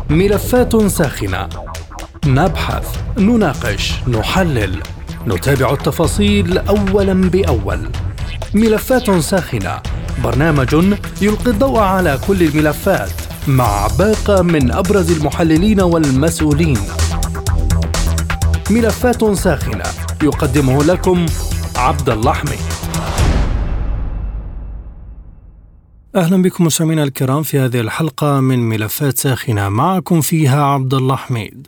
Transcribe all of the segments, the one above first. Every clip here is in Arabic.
ملفات ساخنة، نبحث، نناقش، نحلل، نتابع التفاصيل أولا بأول. ملفات ساخنة، برنامج يلقي الضوء على كل الملفات مع باقة من أبرز المحللين والمسؤولين. ملفات ساخنة يقدمه لكم عبد الله حميد. أهلا بكم مستمعينا الكرام في هذه الحلقة من ملفات ساخنة، معكم فيها عبد الله حميد.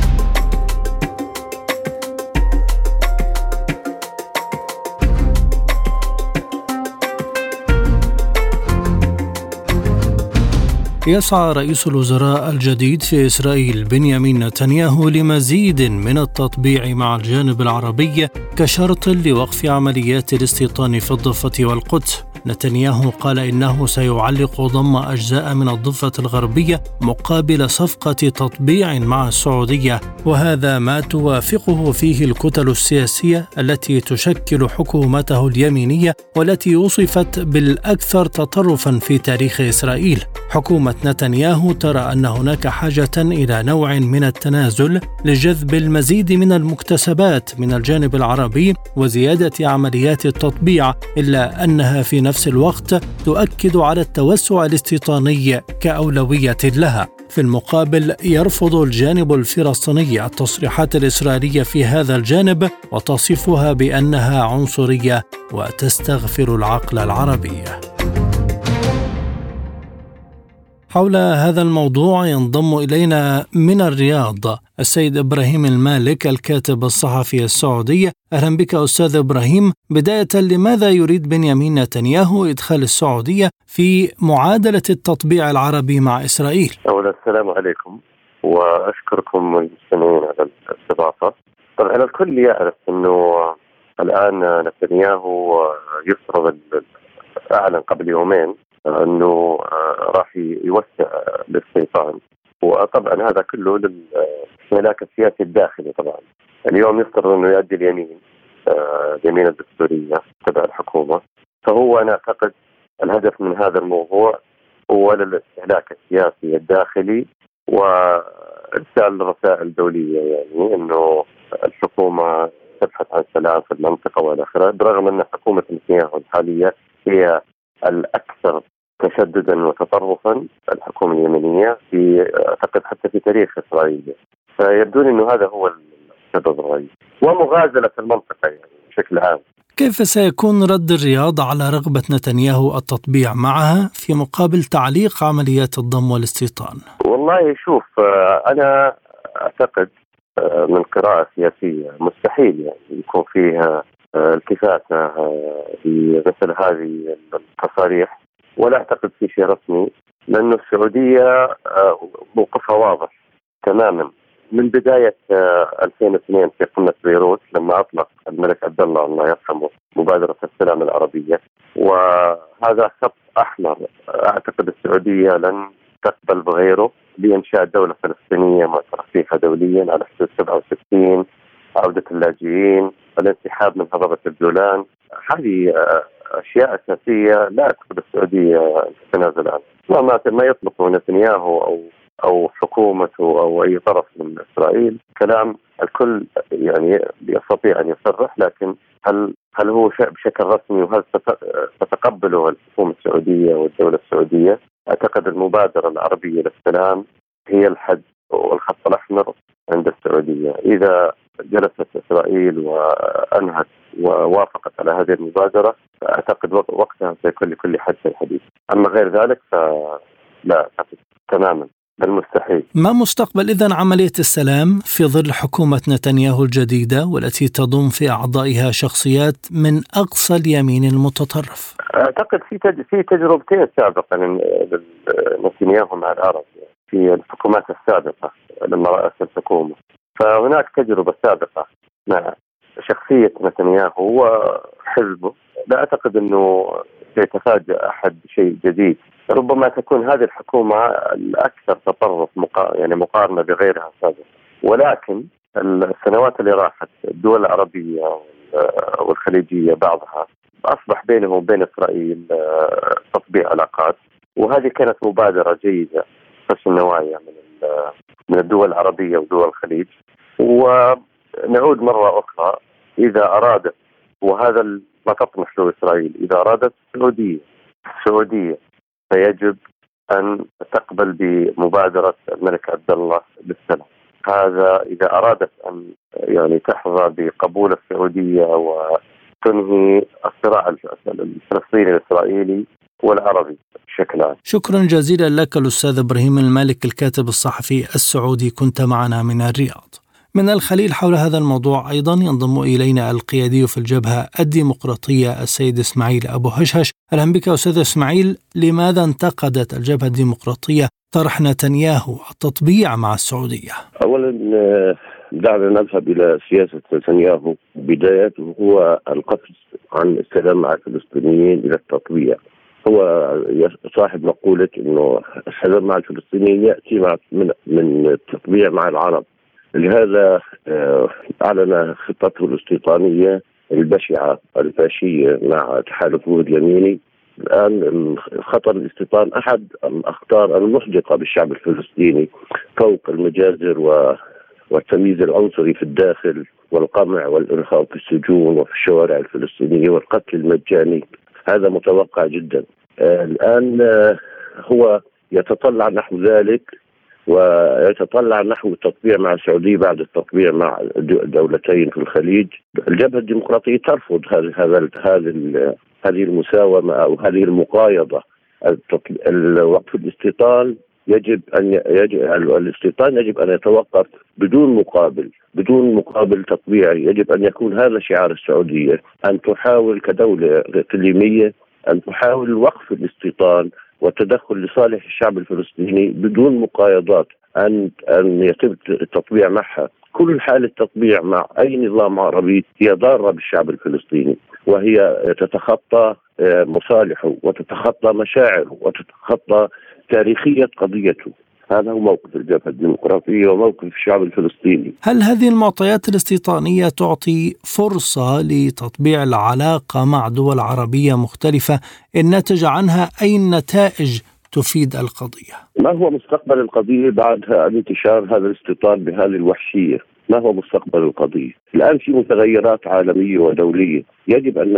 يسعى رئيس الوزراء الجديد في إسرائيل بنيامين نتنياهو لمزيد من التطبيع مع الجانب العربي كشرط لوقف عمليات الاستيطان في الضفة والقدس. نتنياهو قال إنه سيعلق ضم أجزاء من الضفة الغربية مقابل صفقة تطبيع مع السعودية، وهذا ما توافقه فيه الكتل السياسية التي تشكل حكومته اليمينية والتي وصفت بالأكثر تطرفا في تاريخ إسرائيل. حكومة نتنياهو ترى أن هناك حاجة إلى نوع من التنازل لجذب المزيد من المكتسبات من الجانب العربي وزيادة عمليات التطبيع، إلا أنها في نفس الوقت تؤكد على التوسع الاستيطاني كأولوية لها. في المقابل يرفض الجانب الفلسطيني التصريحات الإسرائيلية في هذا الجانب وتصفها بأنها عنصرية وتستغفر العقل العربي. حول هذا الموضوع ينضم إلينا من الرياض السيد إبراهيم المالك الكاتب الصحفي السعودي. أهلا بك أستاذ إبراهيم. بداية، لماذا يريد بنيامين نتنياهو إدخال السعودية في معادلة التطبيع العربي مع إسرائيل؟ أولا السلام عليكم وأشكركم المستمعين على الاستضافة. طبعا الكل يعرف أنه الآن نتنياهو يفرض، أعلن قبل يومين أنه راح يوسع الاستيطان، وطبعا هذا كله للملاك السياسي الداخلي. طبعا اليوم يفترض أنه يؤدي اليمين الدستورية تبع الحكومة، فهو أنا أعتقد الهدف من هذا الموضوع هو للاستهلاك السياسي الداخلي وإرسال رسائل دولية، يعني أنه الحكومة تبحث عن سلام في المنطقة والى آخره، برغم أن حكومة نتنياهو الحالية هي الأكثر تشددا وتطرفا الحكومة اليمنية في أعتقد حتى في تاريخ إسرائيل. فيبدو أنه هذا هو السبب الرئيسي ومغازلة المنطقة يعني بشكل عام. كيف سيكون رد الرياض على رغبة نتنياهو التطبيع معها في مقابل تعليق عمليات الضم والاستيطان؟ والله شوف، أنا أعتقد من قراءة سياسية مستحيل يعني يكون فيها التفاتة بمثل هذه التصاريح، ولا أعتقد في شيء رسمي، لأنه السعودية موقفها واضح تماما من بداية 2002 في قمة بيروت لما أطلق الملك عبد الله الله يرحمه مبادرة السلام العربية، وهذا خط أحمر أعتقد السعودية لن تقبل بغيره لإنشاء دولة فلسطينية معترف فيها دوليا على حدود 67، عودة اللاجئين، الانسحاب من هضبة الجولان. هذه أشياء أساسية لا أعتقد السعودية تتنازل عنها. ما يطلقه نتنياهو أو حكومته أو أي طرف من إسرائيل كلام الكل يعني يستطيع أن يصرح، لكن هل هو بشكل رسمي وهل تتقبله الحكومة السعودية والدولة السعودية؟ أعتقد المبادرة العربية للسلام هي الحد والخط الأحمر عند السعودية. إذا جلست إسرائيل وأنهت ووافقت على هذه المبادرة أعتقد وقتها سيكون لكل حد الحديث، أما غير ذلك فلا أعتقد تماما، بل مستحيل. ما مستقبل إذن عملية السلام في ظل حكومة نتنياهو الجديدة والتي تضم في أعضائها شخصيات من أقصى اليمين المتطرف؟ أعتقد في تجربتين سابقة لنتنياهو مع العرب في الحكومات السابقة لما رأس الحكومة، فهناك تجربة سابقة مع شخصية نتنياهو وحزبه. لا أعتقد أنه سيتفاجأ أحد شيء جديد. ربما تكون هذه الحكومة الأكثر تطرف يعني مقارنة بغيرها سابقا، ولكن السنوات اللي راحت الدول العربية والخليجية بعضها أصبح بينهم وبين إسرائيل تطبيع علاقات، وهذه كانت مبادرة جيدة خش النوايا من من الدول العربية ودول الخليج. ونعود مرة أخرى، إذا أرادت، وهذا ما تطمح له إسرائيل، إذا أرادت السعودية فيجب أن تقبل بمبادرة الملك عبد الله بالسلام. هذا إذا أرادت أن يعني تحظى بقبول السعودية وتنهي الصراع الفلسطيني الإسرائيلي والعربي بشكل عام. شكرا جزيلا لك الأستاذ إبراهيم المالك، الكاتب الصحفي السعودي، كنت معنا من الرياض. من الخليل حول هذا الموضوع أيضا ينضم إلينا القيادي في الجبهة الديمقراطية السيد إسماعيل أبو هشهش. أهلا بك أستاذ إسماعيل. لماذا انتقدت الجبهة الديمقراطية طرح نتنياهو التطبيع مع السعودية؟ أولا دعنا نذهب إلى سياسة نتنياهو. بدايته هو القفز عن السلام مع الفلسطينيين إلى التطبيع. هو صاحب مقولة أنه السلام مع الفلسطينيين يأتي من التطبيع مع العرب. لهذا أعلن خطته الاستيطانية البشعة الفاشية مع تحالفه اليميني. الآن خطر الاستيطان أحد الأخطار المحدقة بالشعب الفلسطيني، فوق المجازر والتمييز العنصري في الداخل والقمع والإرهاب في السجون وفي الشوارع الفلسطينية والقتل المجاني. هذا متوقع جدا. الآن هو يتطلع نحو ذلك، ويتطلع نحو التطبيع مع السعودية بعد التطبيع مع دولتين في الخليج. الجبهة الديمقراطية ترفض هذه المساومة أو هذه المقايضة. وقف الاستيطان الاستيطان يجب أن يتوقف بدون مقابل تطبيعي. يجب أن يكون هذا شعار السعودية، أن تحاول كدولة إقليمية أن تحاول وقف الاستيطان والتدخل لصالح الشعب الفلسطيني بدون مقايضات، أن يتم التطبيع معها. كل حالة تطبيع مع أي نظام عربي هي ضارة بالشعب الفلسطيني، وهي تتخطى مصالحه وتتخطى مشاعره وتتخطى تاريخية قضيته. هذا هو موقف الجبهة الديمقراطية وموقف الشعب الفلسطيني. هل هذه المعطيات الاستيطانية تعطي فرصة لتطبيع العلاقة مع دول عربية مختلفة إن نتج عنها أي نتائج تفيد القضية؟ ما هو مستقبل القضية بعد انتشار هذا الاستيطان بهذه الوحشية؟ ما هو مستقبل القضية؟ الآن في متغيرات عالمية ودولية يجب أن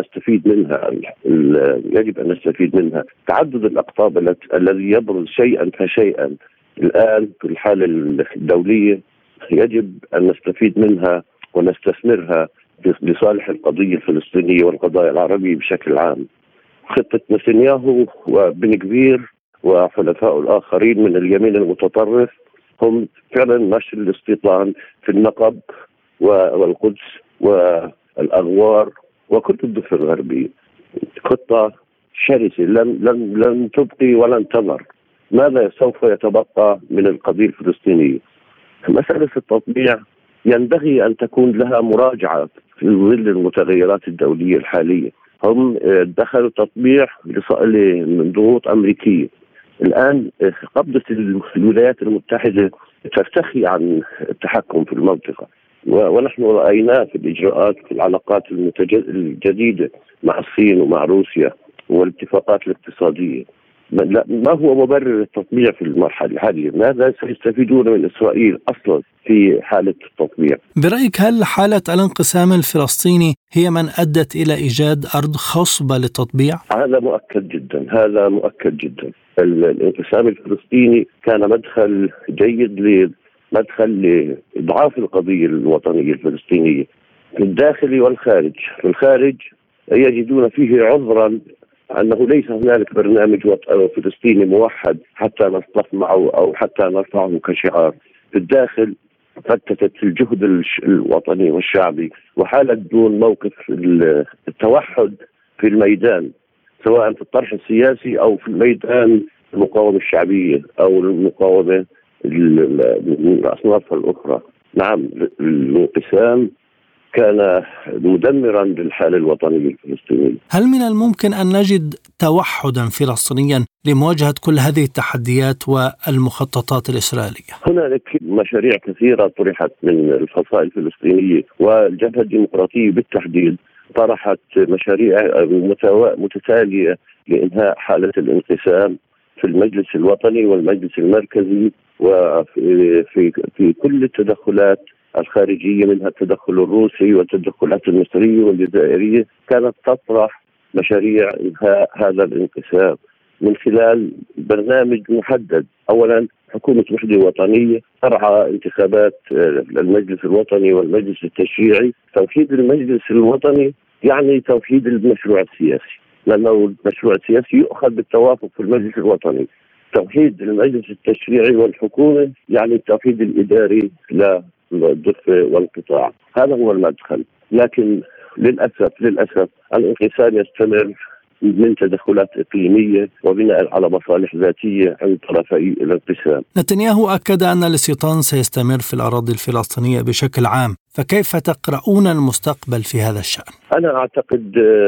نستفيد منها. تعدد الأقطاب الذي يبرز شيئا فشيئا الآن في الحالة الدولية يجب أن نستفيد منها ونستثمرها لصالح القضية الفلسطينية والقضايا العربية بشكل عام. خطة نتنياهو وبن كبير وحلفاء الآخرين من اليمين المتطرف هم فعلا نشر الاستيطان في النقب والقدس والأغوار وكل الضفة الغربية. خطة شرسة لن تبقي ولن تذر. ماذا سوف يتبقى من القضية الفلسطينية؟ مسألة التطبيع ينبغي أن تكون لها مراجعة في ظل المتغيرات الدولية الحالية. هم دخلوا تطبيع من ضغوط أمريكية. الآن قبضة الولايات المتحدة ترتخي عن التحكم في المنطقة، ونحن رأيناه في الإجراءات في العلاقات الجديدة مع الصين ومع روسيا والاتفاقات الاقتصادية. ما هو مبرر التطبيع في المرحلة الحالية؟ ماذا سيستفيدون من إسرائيل أصلا في حالة التطبيع؟ برأيك هل حالة الانقسام الفلسطيني هي من أدت إلى إيجاد أرض خصبة للتطبيع؟ هذا مؤكد جدا. الانقسام الفلسطيني كان مدخل جيد لإضعاف القضية الوطنية الفلسطينية في الداخل والخارج. في الخارج يجدون فيه عذرا أنه ليس هنالك برنامج فلسطيني موحد حتى نصطف معه أو حتى نرفعه كشعار. في الداخل فتتت الجهد الوطني والشعبي وحالت دون موقف التوحد في الميدان، سواء في الطرح السياسي أو في الميدان المقاومة الشعبية أو المقاومة الأصناف الأخرى. نعم، الانقسام كان مدمرا للحالة الوطنية الفلسطينية. هل من الممكن أن نجد توحدا فلسطينيا لمواجهة كل هذه التحديات والمخططات الإسرائيلية؟ هنالك مشاريع كثيرة طرحت من الفصائل الفلسطينية، والجبهة الديمقراطية بالتحديد طرحت مشاريع متتالية لإنهاء حالة الانقسام في المجلس الوطني والمجلس المركزي وفي كل التدخلات الخارجية، منها التدخل الروسي والتدخلات المصرية والجزائرية، كانت تطرح مشاريع إنهاء هذا الانقسام من خلال برنامج محدد. أولا حكومة وحدة وطنية ترعى انتخابات المجلس الوطني والمجلس التشريعي. توحيد المجلس الوطني يعني توحيد المشروع السياسي، لأنه المشروع السياسي يؤخذ بالتوافق في المجلس الوطني. توحيد المجلس التشريعي والحكومة يعني التوحيد الإداري للضفة والقطاع. هذا هو المدخل. لكن للأسف الانقسام يستمر من تدخلات إقليمية وبناء على مصالح ذاتية عند طرفي الانقسام. نتنياهو أكد أن الاستيطان سيستمر في الأراضي الفلسطينية بشكل عام، فكيف تقرؤون المستقبل في هذا الشأن؟ أنا أعتقد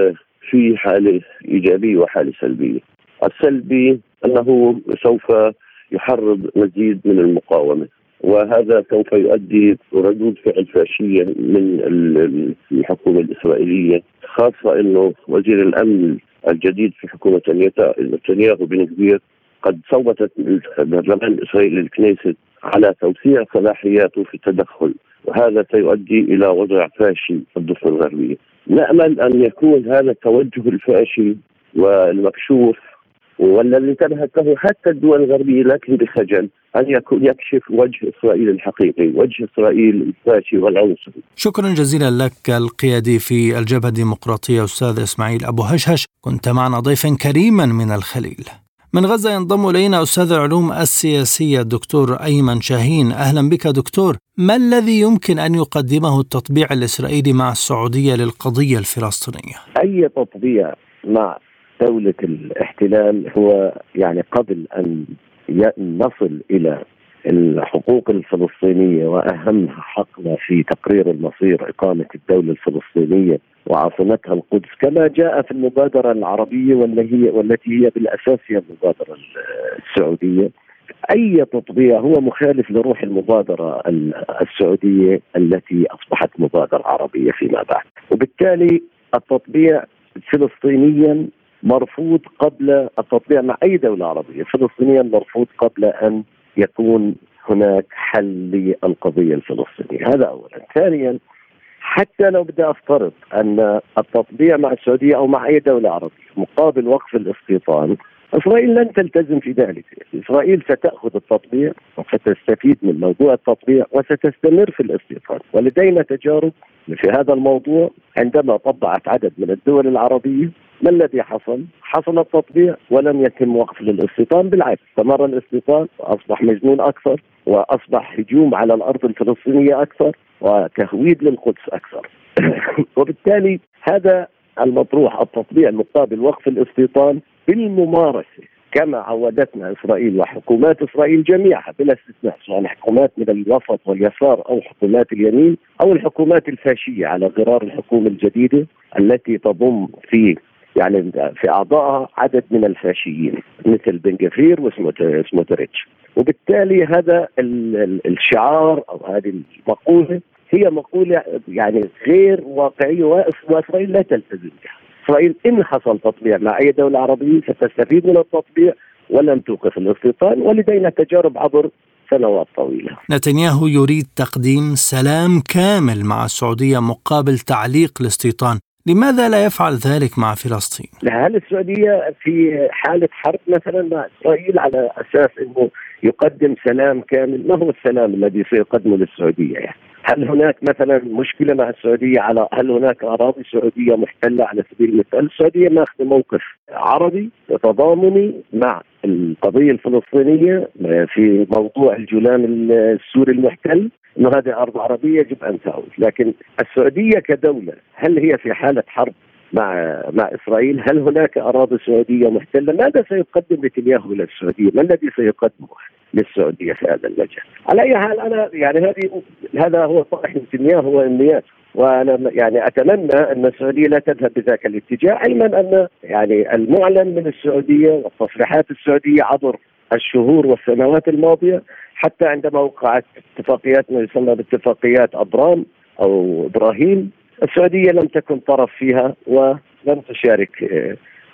في حالة إيجابية وحالة سلبية. السلبي أنه سوف يحرض مزيد من المقاومة، وهذا سوف يؤدي ردود فعل فاشية من الحكومة الإسرائيلية، خاصة أنه وزير الأمن الجديد في حكومة نتنياهو بن كبير قد صوتت البرلمان الإسرائيلي الكنيست على توسيع صلاحياته في التدخل، وهذا سيؤدي إلى وضع فاشي في الضفة الغربية. نأمل أن يكون هذا التوجه الفاشي والمكشوف والذي انتبهت له حتى الدول الغربية لكن بخجل أن يكشف وجه إسرائيل الحقيقي، وجه إسرائيل الفاشي والعنصري. شكرا جزيلا لك القيادي في الجبهة الديمقراطية أستاذ إسماعيل أبو هشهش، كنت معنا ضيفا كريما من الخليل. من غزة ينضم إلينا أستاذ العلوم السياسية الدكتور أيمن شاهين. أهلا بك دكتور. ما الذي يمكن أن يقدمه التطبيع الإسرائيلي مع السعودية للقضية الفلسطينية؟ أي تطبيع مع دولة الاحتلال هو يعني قبل أن نصل إلى الحقوق الفلسطينية وأهمها حقنا في تقرير المصير إقامة الدولة الفلسطينية وعاصمتها القدس كما جاء في المبادرة العربية والتي هي بالأساس هي المبادرة السعودية. أي تطبيع هو مخالف لروح المبادرة السعودية التي أصبحت مبادرة عربية فيما بعد، وبالتالي التطبيع فلسطينيا مرفوض قبل التطبيع مع أي دولة عربية. فلسطينيا مرفوض قبل أن يكون هناك حل للقضية الفلسطينية. هذا أولا. ثانيا، حتى لو بدي أفترض أن التطبيع مع السعودية أو مع أي دولة عربية مقابل وقف الاستيطان، إسرائيل لن تلتزم في ذلك. إسرائيل ستأخذ التطبيع وستستفيد من موضوع التطبيع وستستمر في الاستيطان، ولدينا تجارب في هذا الموضوع. عندما طبعت عدد من الدول العربية ما الذي حصل؟ حصل التطبيع ولم يتم وقف للاستيطان، بالعكس استمر الاستيطان وأصبح مجنون أكثر، وأصبح هجوم على الأرض الفلسطينية أكثر، وتهويد للقدس أكثر. وبالتالي هذا المطروح، التطبيع مقابل وقف الاستيطان بالممارسة كما عودتنا إسرائيل وحكومات إسرائيل جميعها بلا استثناء، سواء حكومات من الوسط واليسار أو حكومات اليمين أو الحكومات الفاشية على غرار الحكومة الجديدة التي تضم في أعضائها عدد من الفاشيين مثل بن غفير وسموتريتش. وبالتالي هذا الشعار أو هذه المقولة هي مقولة يعني غير واقعية، وإسرائيل لا تلتزم بها. إسرائيل إن حصل تطبيع مع أي دولة عربية ستستفيد من التطبيع ولم توقف الاستيطان، ولدينا تجارب عبر سنوات طويلة. نتنياهو يريد تقديم سلام كامل مع السعودية مقابل تعليق الاستيطان، لماذا لا يفعل ذلك مع فلسطين؟ هل السعودية في حالة حرب مثلا مع إسرائيل على أساس أنه يقدم سلام كامل؟ ما هو السلام الذي سيقدمه للسعودية يعني؟ هل هناك مثلا مشكلة مع السعودية هل هناك أراضي سعودية محتلة على سبيل المثال؟ السعودية ماخذ موقف عربي تضامني مع القضية الفلسطينية في موضوع الجولان السوري المحتل، انه هذه ارض عربيه يجب ان تعود. لكن السعوديه كدوله هل هي في حاله حرب مع اسرائيل؟ هل هناك اراضي سعوديه محتله؟ ماذا سيقدم نتنياهو الى السعوديه؟ ما الذي سيقدمه للسعوديه في هذا المجال؟ على اي حال انا يعني هذا هو طرح نتنياهو وامنياته، وانا يعني اتمنى ان السعوديه لا تذهب بذاك الاتجاه، علما ان يعني المعلن من السعوديه والتصريحات السعوديه عبر الشهور والسنوات الماضيه حتى عندما وقعت اتفاقيات ما يسمى باتفاقيات أبرام أو إبراهيم، السعودية لم تكن طرف فيها ولم تشارك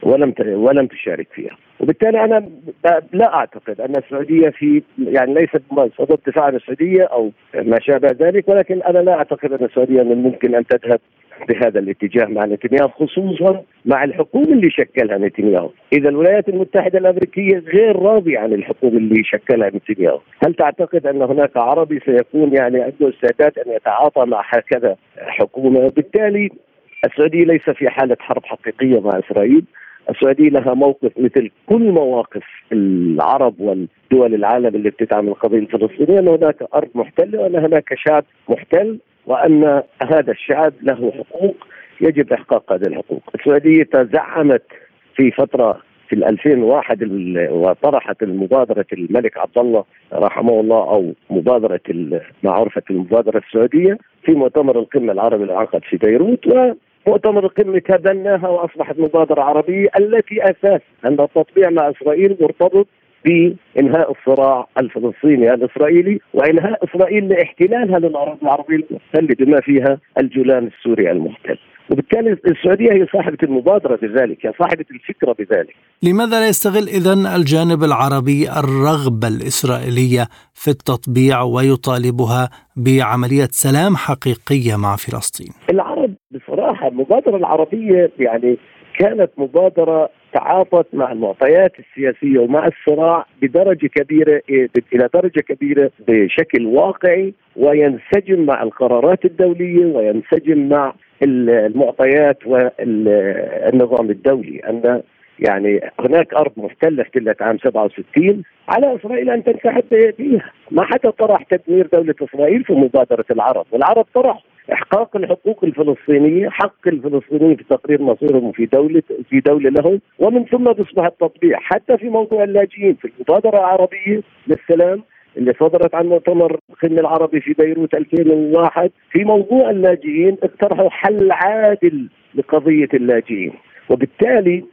ولم تشارك فيها. وبالتالي أنا لا أعتقد أن السعودية يعني ليست بصدد دفاع عن السعودية أو ما شابه ذلك، ولكن أنا لا أعتقد أن السعودية من الممكن أن تذهب بهذا الاتجاه مع نتنياهو، خصوصا مع الحكومة اللي شكلها نتنياهو. إذا الولايات المتحدة الأمريكية غير راضية عن الحكومة اللي شكلها نتنياهو، هل تعتقد أن هناك عربي سيكون يعني عنده استعداد أن يتعاطى مع هكذا حكومة؟ بالتالي السعودية ليس في حالة حرب حقيقية مع إسرائيل. السعودية لها موقف مثل كل مواقف العرب والدول العالم اللي بتدعم القضية الفلسطينية، أن هناك أرض محتلة وأن هناك شعب محتل، وأن هذا الشعب له حقوق يجب إحقاق هذه الحقوق. السعودية تزعمت في فترة في 2001 وطرحت المبادرة الملك عبد الله رحمه الله، أو مبادرة ما عرفت المبادرة السعودية، في مؤتمر القمة العربي العقد في بيروت، ومؤتمر القمة تبناها وأصبحت مبادرة عربية التي أساس أن التطبيع مع إسرائيل مرتبط بإنهاء الصراع الفلسطيني الإسرائيلي وإنهاء إسرائيل لاحتلالها للأراضي العربية المحتلة بما فيها الجولان السوري المحتل. وبالتالي السعودية هي صاحبة المبادرة بذلك، هي صاحبة الفكرة بذلك. لماذا لا يستغل إذن الجانب العربي الرغبة الإسرائيلية في التطبيع ويطالبها بعملية سلام حقيقية مع فلسطين؟ العرب بصراحة المبادرة العربية يعني كانت مبادرة تعاطت مع المعطيات السياسية ومع الصراع بدرجة كبيرة إلى درجة كبيرة بشكل واقعي، وينسجم مع القرارات الدولية وينسجم مع المعطيات والنظام الدولي. أن يعني هناك أرض محتلة احتلت عام 67، على إسرائيل أن تنسحب فيها. ما حتى طرح تدمير دولة إسرائيل في مبادرة العرب، والعرب طرح إحقاق الحقوق الفلسطينية، حق الفلسطينيين في تقرير مصيرهم في دولة لهم، ومن ثم بيصبح التطبيع. حتى في موضوع اللاجئين في المبادرة العربية للسلام اللي صدرت عن مؤتمر القمة العربي في بيروت 2001، في موضوع اللاجئين اقترحوا حل عادل لقضية اللاجئين. وبالتالي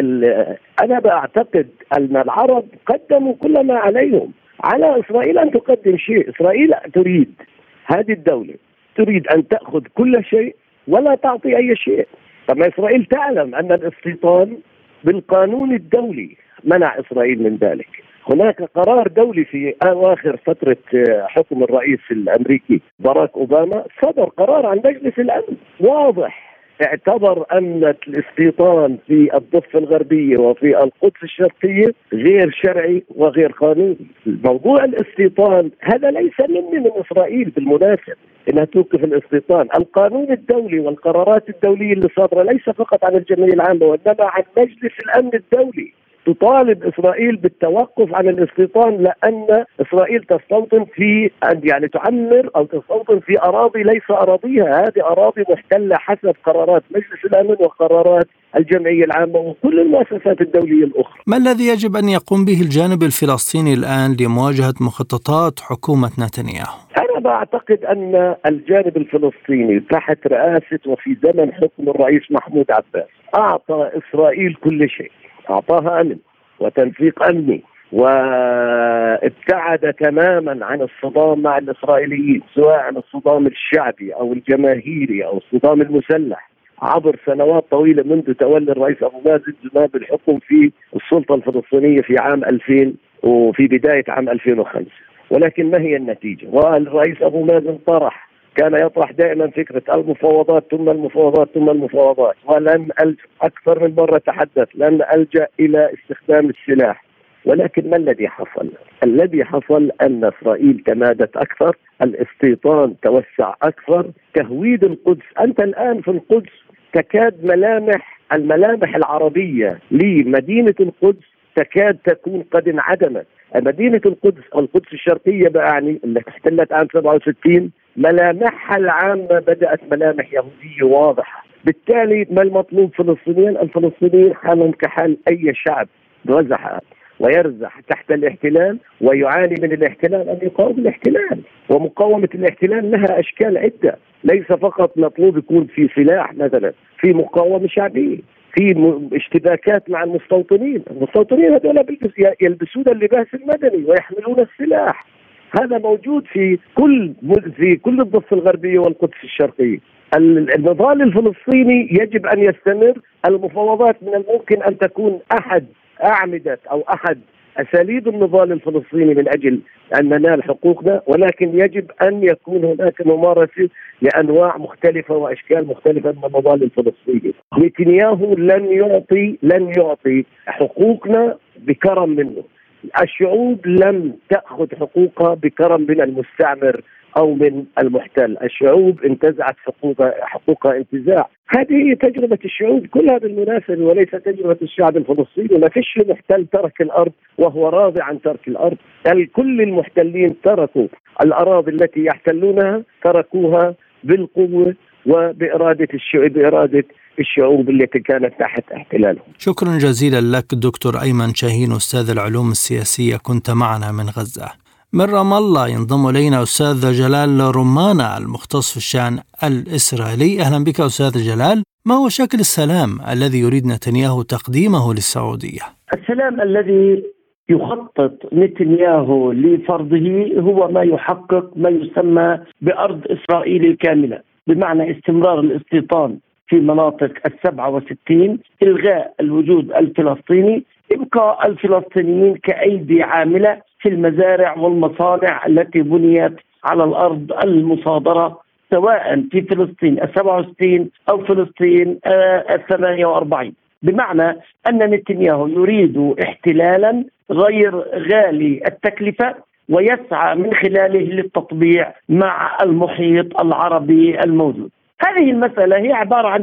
أنا بعتقد أن العرب قدموا كل ما عليهم، على إسرائيل أن تقدم شيء. إسرائيل تريد هذه الدولة، تريد أن تأخذ كل شيء ولا تعطي أي شيء. طبعا إسرائيل تعلم أن الاستيطان بالقانون الدولي منع إسرائيل من ذلك. هناك قرار دولي في أواخر فترة حكم الرئيس الأمريكي باراك أوباما، صدر قرار عن مجلس الأمن واضح اعتبر أن الاستيطان في الضفة الغربية وفي القدس الشرقية غير شرعي وغير قانوني. موضوع الاستيطان هذا ليس من إسرائيل بالمناسبة إنها توقف الاستيطان. القانون الدولي والقرارات الدولية اللي صادرة ليس فقط عن الجمعية العامة وإنما عن مجلس الأمن الدولي تطالب إسرائيل بالتوقف عن الاستيطان، لأن إسرائيل تستوطن في يعني تعمر أو تستوطن في أراضي ليس أراضيها. هذه أراضي محتلة حسب قرارات مجلس الأمن وقرارات الجمعية العامة وكل المؤسسات الدولية الأخرى. ما الذي يجب أن يقوم به الجانب الفلسطيني الآن لمواجهة مخططات حكومة نتنياهو؟ أنا بعتقد أن الجانب الفلسطيني تحت رئاسة وفي زمن حكم الرئيس محمود عباس أعطى إسرائيل كل شيء، أعطاها أمن وتنسيق أمني، وابتعد تماما عن الصدام مع الإسرائيليين، سواء عن الصدام الشعبي أو الجماهيري أو الصدام المسلح عبر سنوات طويلة منذ تولي الرئيس أبو مازن زمام الحكم في السلطة الفلسطينية في عام 2000 وفي بداية عام 2005. ولكن ما هي النتيجة؟ والرئيس أبو مازن كان يطرح دائما فكرة المفاوضات ثم المفاوضات ثم المفاوضات، ولن أكثر من مرة تحدث لن ألجأ إلى استخدام السلاح. ولكن ما الذي حصل؟ الذي حصل أن إسرائيل تمادت أكثر، الاستيطان توسع أكثر، تهويد القدس. أنت الآن في القدس تكاد الملامح العربية لمدينة القدس تكاد تكون قد انعدمت. مدينة القدس أو القدس الشرقية يعني اللي احتلت عام 67 ملامحها العامة بدأت ملامح يهودية واضحة. بالتالي ما المطلوب فلسطينيا؟ الفلسطينيين حالهم كحال أي شعب رزح ويرزح تحت الاحتلال ويعاني من الاحتلال أن يقاوم الاحتلال. ومقاومة الاحتلال لها أشكال عدة، ليس فقط مطلوب يكون في سلاح، مثلا في مقاومة شعبية، في اشتباكات مع المستوطنين هذول يلبسون اللباس المدني ويحملون السلاح. هذا موجود في كل الضفة الغربية والقدس الشرقية. النضال الفلسطيني يجب أن يستمر. المفاوضات من الممكن أن تكون أحد أعمدة أو أحد أساليب النضال الفلسطيني من أجل أن ننال حقوقنا، ولكن يجب أن يكون هناك ممارسة لأنواع مختلفة وأشكال مختلفة من النضال الفلسطيني. نتنياهو لن يعطي حقوقنا بكرم منه. الشعوب لم تأخذ حقوقها بكرم من المستعمر أو من المحتل. الشعوب انتزعت حقوقها انتزاع. هذه هي تجربة الشعوب كلها بالمناسبة، وليس تجربة الشعب الفلسطيني. ما فيش محتل ترك الأرض وهو راضي عن ترك الأرض. كل المحتلين تركوا الأراضي التي يحتلونها، تركوها بالقوة وبإرادة الشعوب التي كانت تحت احتلالهم. شكرا جزيلا لك دكتور أيمن شاهين، أستاذ العلوم السياسية، كنت معنا من غزة. من رام الله ينضم إلينا أستاذ جلال رمانة المختص في الشأن الإسرائيلي. أهلا بك أستاذ جلال. ما هو شكل السلام الذي يريد نتنياهو تقديمه للسعودية؟ السلام الذي يخطط نتنياهو لفرضه هو ما يحقق ما يسمى بأرض إسرائيل الكاملة، بمعنى استمرار الاستيطان في مناطق 67، إلغاء الوجود الفلسطيني، إبقاء الفلسطينيين كأيدي عاملة في المزارع والمصانع التي بنيت على الأرض المصادرة، سواء في فلسطين 67 أو فلسطين 48. بمعنى أن نتنياهو يريد احتلالا غير غالي التكلفة ويسعى من خلاله للتطبيع مع المحيط العربي الموجود. هذه المسألة هي عبارة عن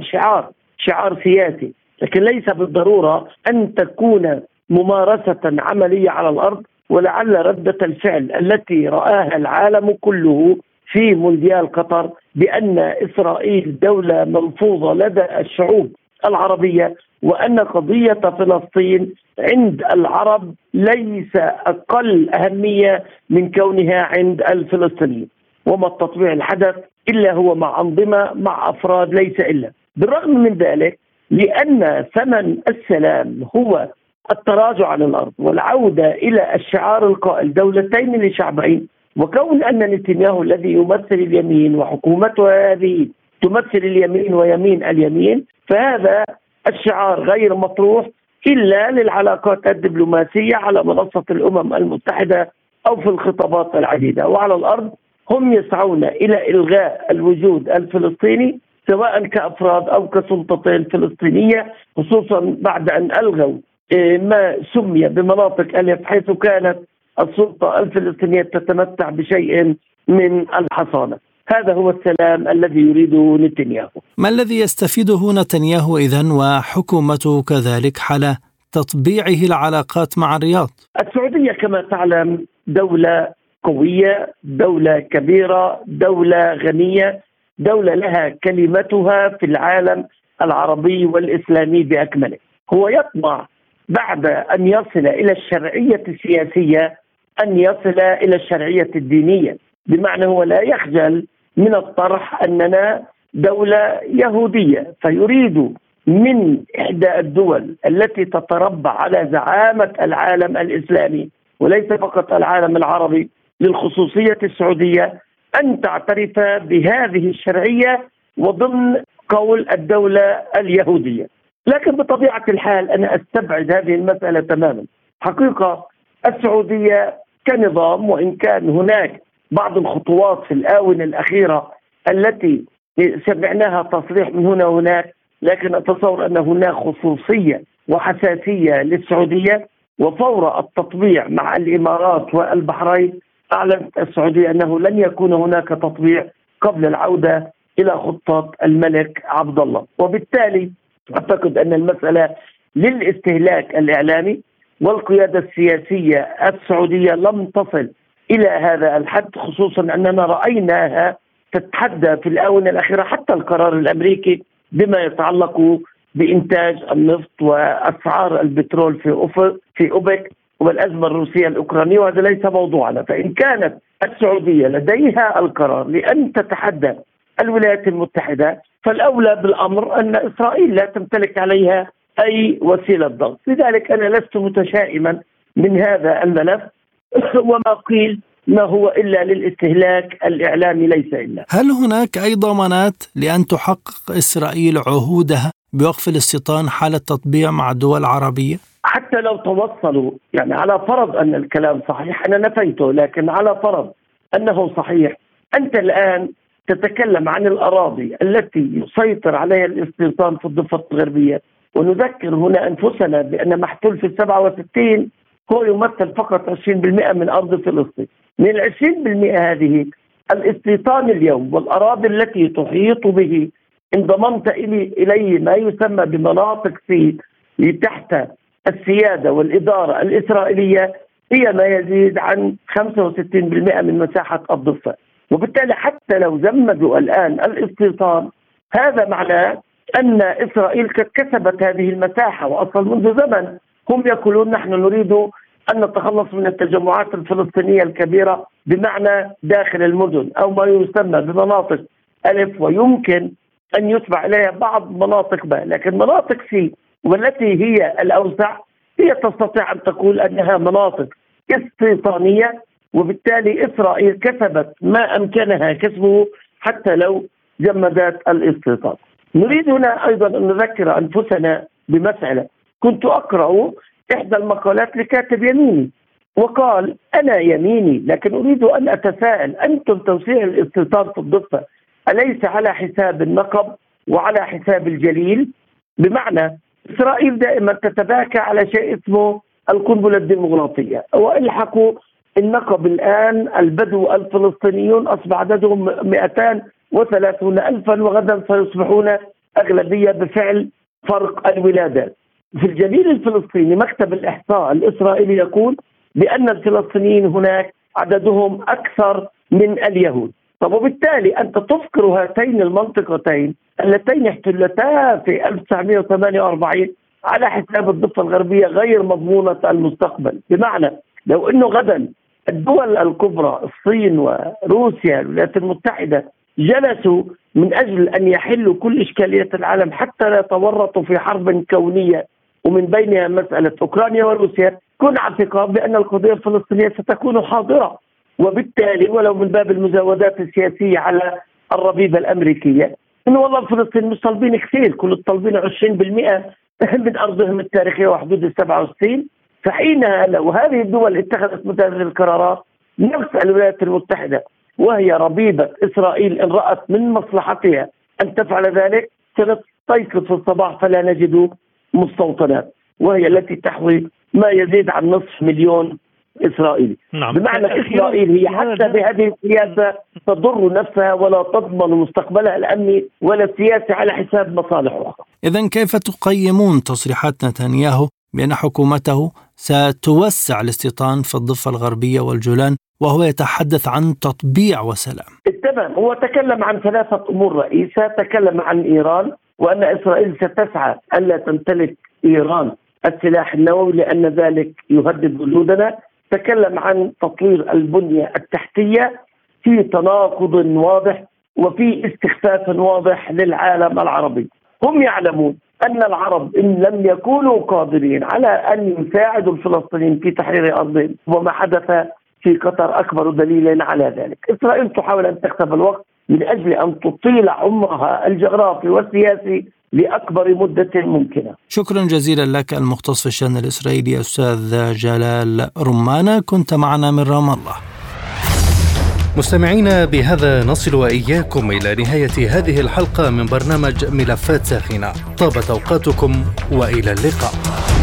شعار سياسي، لكن ليس بالضرورة أن تكون ممارسة عملية على الأرض. ولعل ردة الفعل التي رآها العالم كله في مونديال قطر بأن إسرائيل دولة ملفوظة لدى الشعوب العربية، وأن قضية فلسطين عند العرب ليس أقل أهمية من كونها عند الفلسطينيين. وما التطبيع الحدث إلا هو مع أنظمة مع أفراد ليس إلا. بالرغم من ذلك، لأن ثمن السلام هو التراجع عن الأرض والعودة إلى الشعار القائل دولتين لشعبين، وكون أن نتنياهو الذي يمثل اليمين وحكومته هذه تمثل اليمين ويمين اليمين، فهذا الشعار غير مطروح إلا للعلاقات الدبلوماسية على منصة الأمم المتحدة أو في الخطابات العديدة. وعلى الأرض هم يسعون إلى إلغاء الوجود الفلسطيني سواء كأفراد أو كسلطتين فلسطينية، خصوصا بعد أن ألغوا ما سمي بمناطق ألف، حيث كانت السلطة الفلسطينية تتمتع بشيء من الحصانة. هذا هو السلام الذي يريده نتنياهو. ما الذي يستفيده نتنياهو إذن وحكومته كذلك حال تطبيعه العلاقات مع الرياض؟ السعودية كما تعلم دولة قوية، دولة كبيرة، دولة غنية، دولة لها كلمتها في العالم العربي والإسلامي بأكمله. هو يطمع بعد أن يصل إلى الشرعية السياسية أن يصل إلى الشرعية الدينية، بمعنى هو لا يخجل من الطرح أننا دولة يهودية، فيريد من إحدى الدول التي تتربع على زعامة العالم الإسلامي وليس فقط العالم العربي للخصوصية السعودية أن تعترف بهذه الشرعية وضمن قول الدولة اليهودية. لكن بطبيعة الحال أنا أستبعد هذه المسألة تماما. حقيقة السعودية كنظام، وإن كان هناك بعض الخطوات في الآونة الأخيرة التي سمعناها تصريح من هنا وهناك، لكن أتصور أن هناك خصوصية وحساسية للسعودية. وفور التطبيع مع الإمارات والبحرين أعلنت السعودية أنه لن يكون هناك تطبيع قبل العودة إلى خطة الملك عبد الله. وبالتالي أعتقد أن المسألة للاستهلاك الإعلامي، والقيادة السياسية السعودية لم تصل إلى هذا الحد، خصوصا أننا رأيناها تتحدى في الآونة الأخيرة حتى القرار الأمريكي بما يتعلق بإنتاج النفط وأسعار البترول في أوبك والأزمة الروسية الأوكرانية، وهذا ليس موضوعنا. فإن كانت السعودية لديها القرار لأن تتحدى الولايات المتحدة، فالأولى بالأمر أن إسرائيل لا تمتلك عليها أي وسيلة ضغط. لذلك أنا لست متشائما من هذا الملف، وما قيل ما هو إلا للاستهلاك الإعلامي ليس إلا. هل هناك أي ضمانات لأن تحقق إسرائيل عهودها بوقف الاستيطان حال التطبيع مع الدول العربية؟ حتى لو توصلوا، يعني على فرض أن الكلام صحيح، أنا نفيته، لكن على فرض أنه صحيح، أنت الآن تتكلم عن الأراضي التي يسيطر عليها الاستيطان في الضفة الغربية، ونذكر هنا أنفسنا بأن محتل في 67 هو يمثل فقط 20% من أرض فلسطين. من 20% هذه الاستيطان اليوم والأراضي التي تحيط به انضممت إليه ما يسمى بمناطق سي تحت السيادة والإدارة الإسرائيلية، هي ما يزيد عن 65% من مساحة الضفة. وبالتالي حتى لو زمدوا الآن الاستيطان، هذا معناه أن إسرائيل قد كسبت هذه المساحة، وأصلا منذ زمن هم يقولون نحن نريد أن نتخلص من التجمعات الفلسطينية الكبيرة بمعنى داخل المدن أو ما يسمى بمناطق ألف، ويمكن أن يتبع إليها بعض مناطق ب، لكن مناطق سي والتي هي الأوسع هي تستطيع أن تقول أنها مناطق استيطانية، وبالتالي إسرائيل كسبت ما أمكنها كسبه حتى لو جمدت الاستيطان. نريد هنا أيضا أن نذكر أنفسنا بمسألة. كنت أقرأ إحدى المقالات لكاتب يميني وقال أنا يميني لكن أريد أن أتساءل، أنتم توسيع الاستيطان في الضفة أليس على حساب النقب وعلى حساب الجليل؟ بمعنى إسرائيل دائما تتباكى على شيء اسمه القنبلة الديمقراطية، والحقوا النقب الآن البدو الفلسطينيون أصبح عددهم 230,000 وغدا سيصبحون أغلبية بفعل فرق الولادات. في الجليل الفلسطيني مكتب الإحصاء الإسرائيلي يقول بأن الفلسطينيين هناك عددهم أكثر من اليهود. طب وبالتالي أنت تفكر هاتين المنطقتين اللتين احتلتا في 1948 على حساب الضفة الغربية غير مضمونة المستقبل. بمعنى لو أنه غدا الدول الكبرى الصين وروسيا والولايات المتحدة جلسوا من أجل أن يحلوا كل إشكاليات العالم حتى لا يتورطوا في حرب كونية ومن بينها مسألة أوكرانيا وروسيا، كن على ثقة بأن القضية الفلسطينية ستكون حاضرة. وبالتالي ولو من باب المزاودات السياسية على الربيبة الأمريكية، إنه والله الفلسطينيين مش طالبين كثير، كل الطالبين 20% من أرضهم التاريخية وحدود 67. فحينها لو هذه الدول اتخذت مثل هذه القرارات، نفس الولايات المتحدة وهي ربيبة إسرائيل إن رأت من مصلحتها أن تفعل ذلك ستستيقظ في الصباح فلا نجد مستوطنات، وهي التي تحوي ما يزيد عن 500,000 إسرائيلي. نعم. بمعنى إسرائيل هي حتى بهذه السياسة تضر نفسها ولا تضمن مستقبلها الأمني ولا السياسي على حساب مصالحها. إذن كيف تقيمون تصريحات نتنياهو بأن حكومته ستوسع الاستيطان في الضفة الغربية والجولان وهو يتحدث عن تطبيع وسلام؟ تمام، هو تكلم عن 3 أمور رئيسة. تكلم عن إيران وأن إسرائيل ستسعى ألا تمتلك إيران السلاح النووي لأن ذلك يهدد وجودنا. تكلم عن تطوير البنية التحتية في تناقض واضح وفي استخفاف واضح للعالم العربي. هم يعلمون أن العرب إن لم يكونوا قادرين على أن يساعدوا الفلسطينيين في تحرير أرضهم، وما حدث في قطر أكبر دليل على ذلك. إسرائيل تحاول أن تكسب الوقت من أجل أن تطيل عمرها الجغرافي والسياسي لأكبر مدة ممكنة. شكرا جزيلا لك المختص في الشأن الإسرائيلي أستاذ جلال رمانة، كنت معنا من رام الله. مستمعينا، بهذا نصل وإياكم إلى نهاية هذه الحلقة من برنامج ملفات ساخنة. طابت أوقاتكم وإلى اللقاء.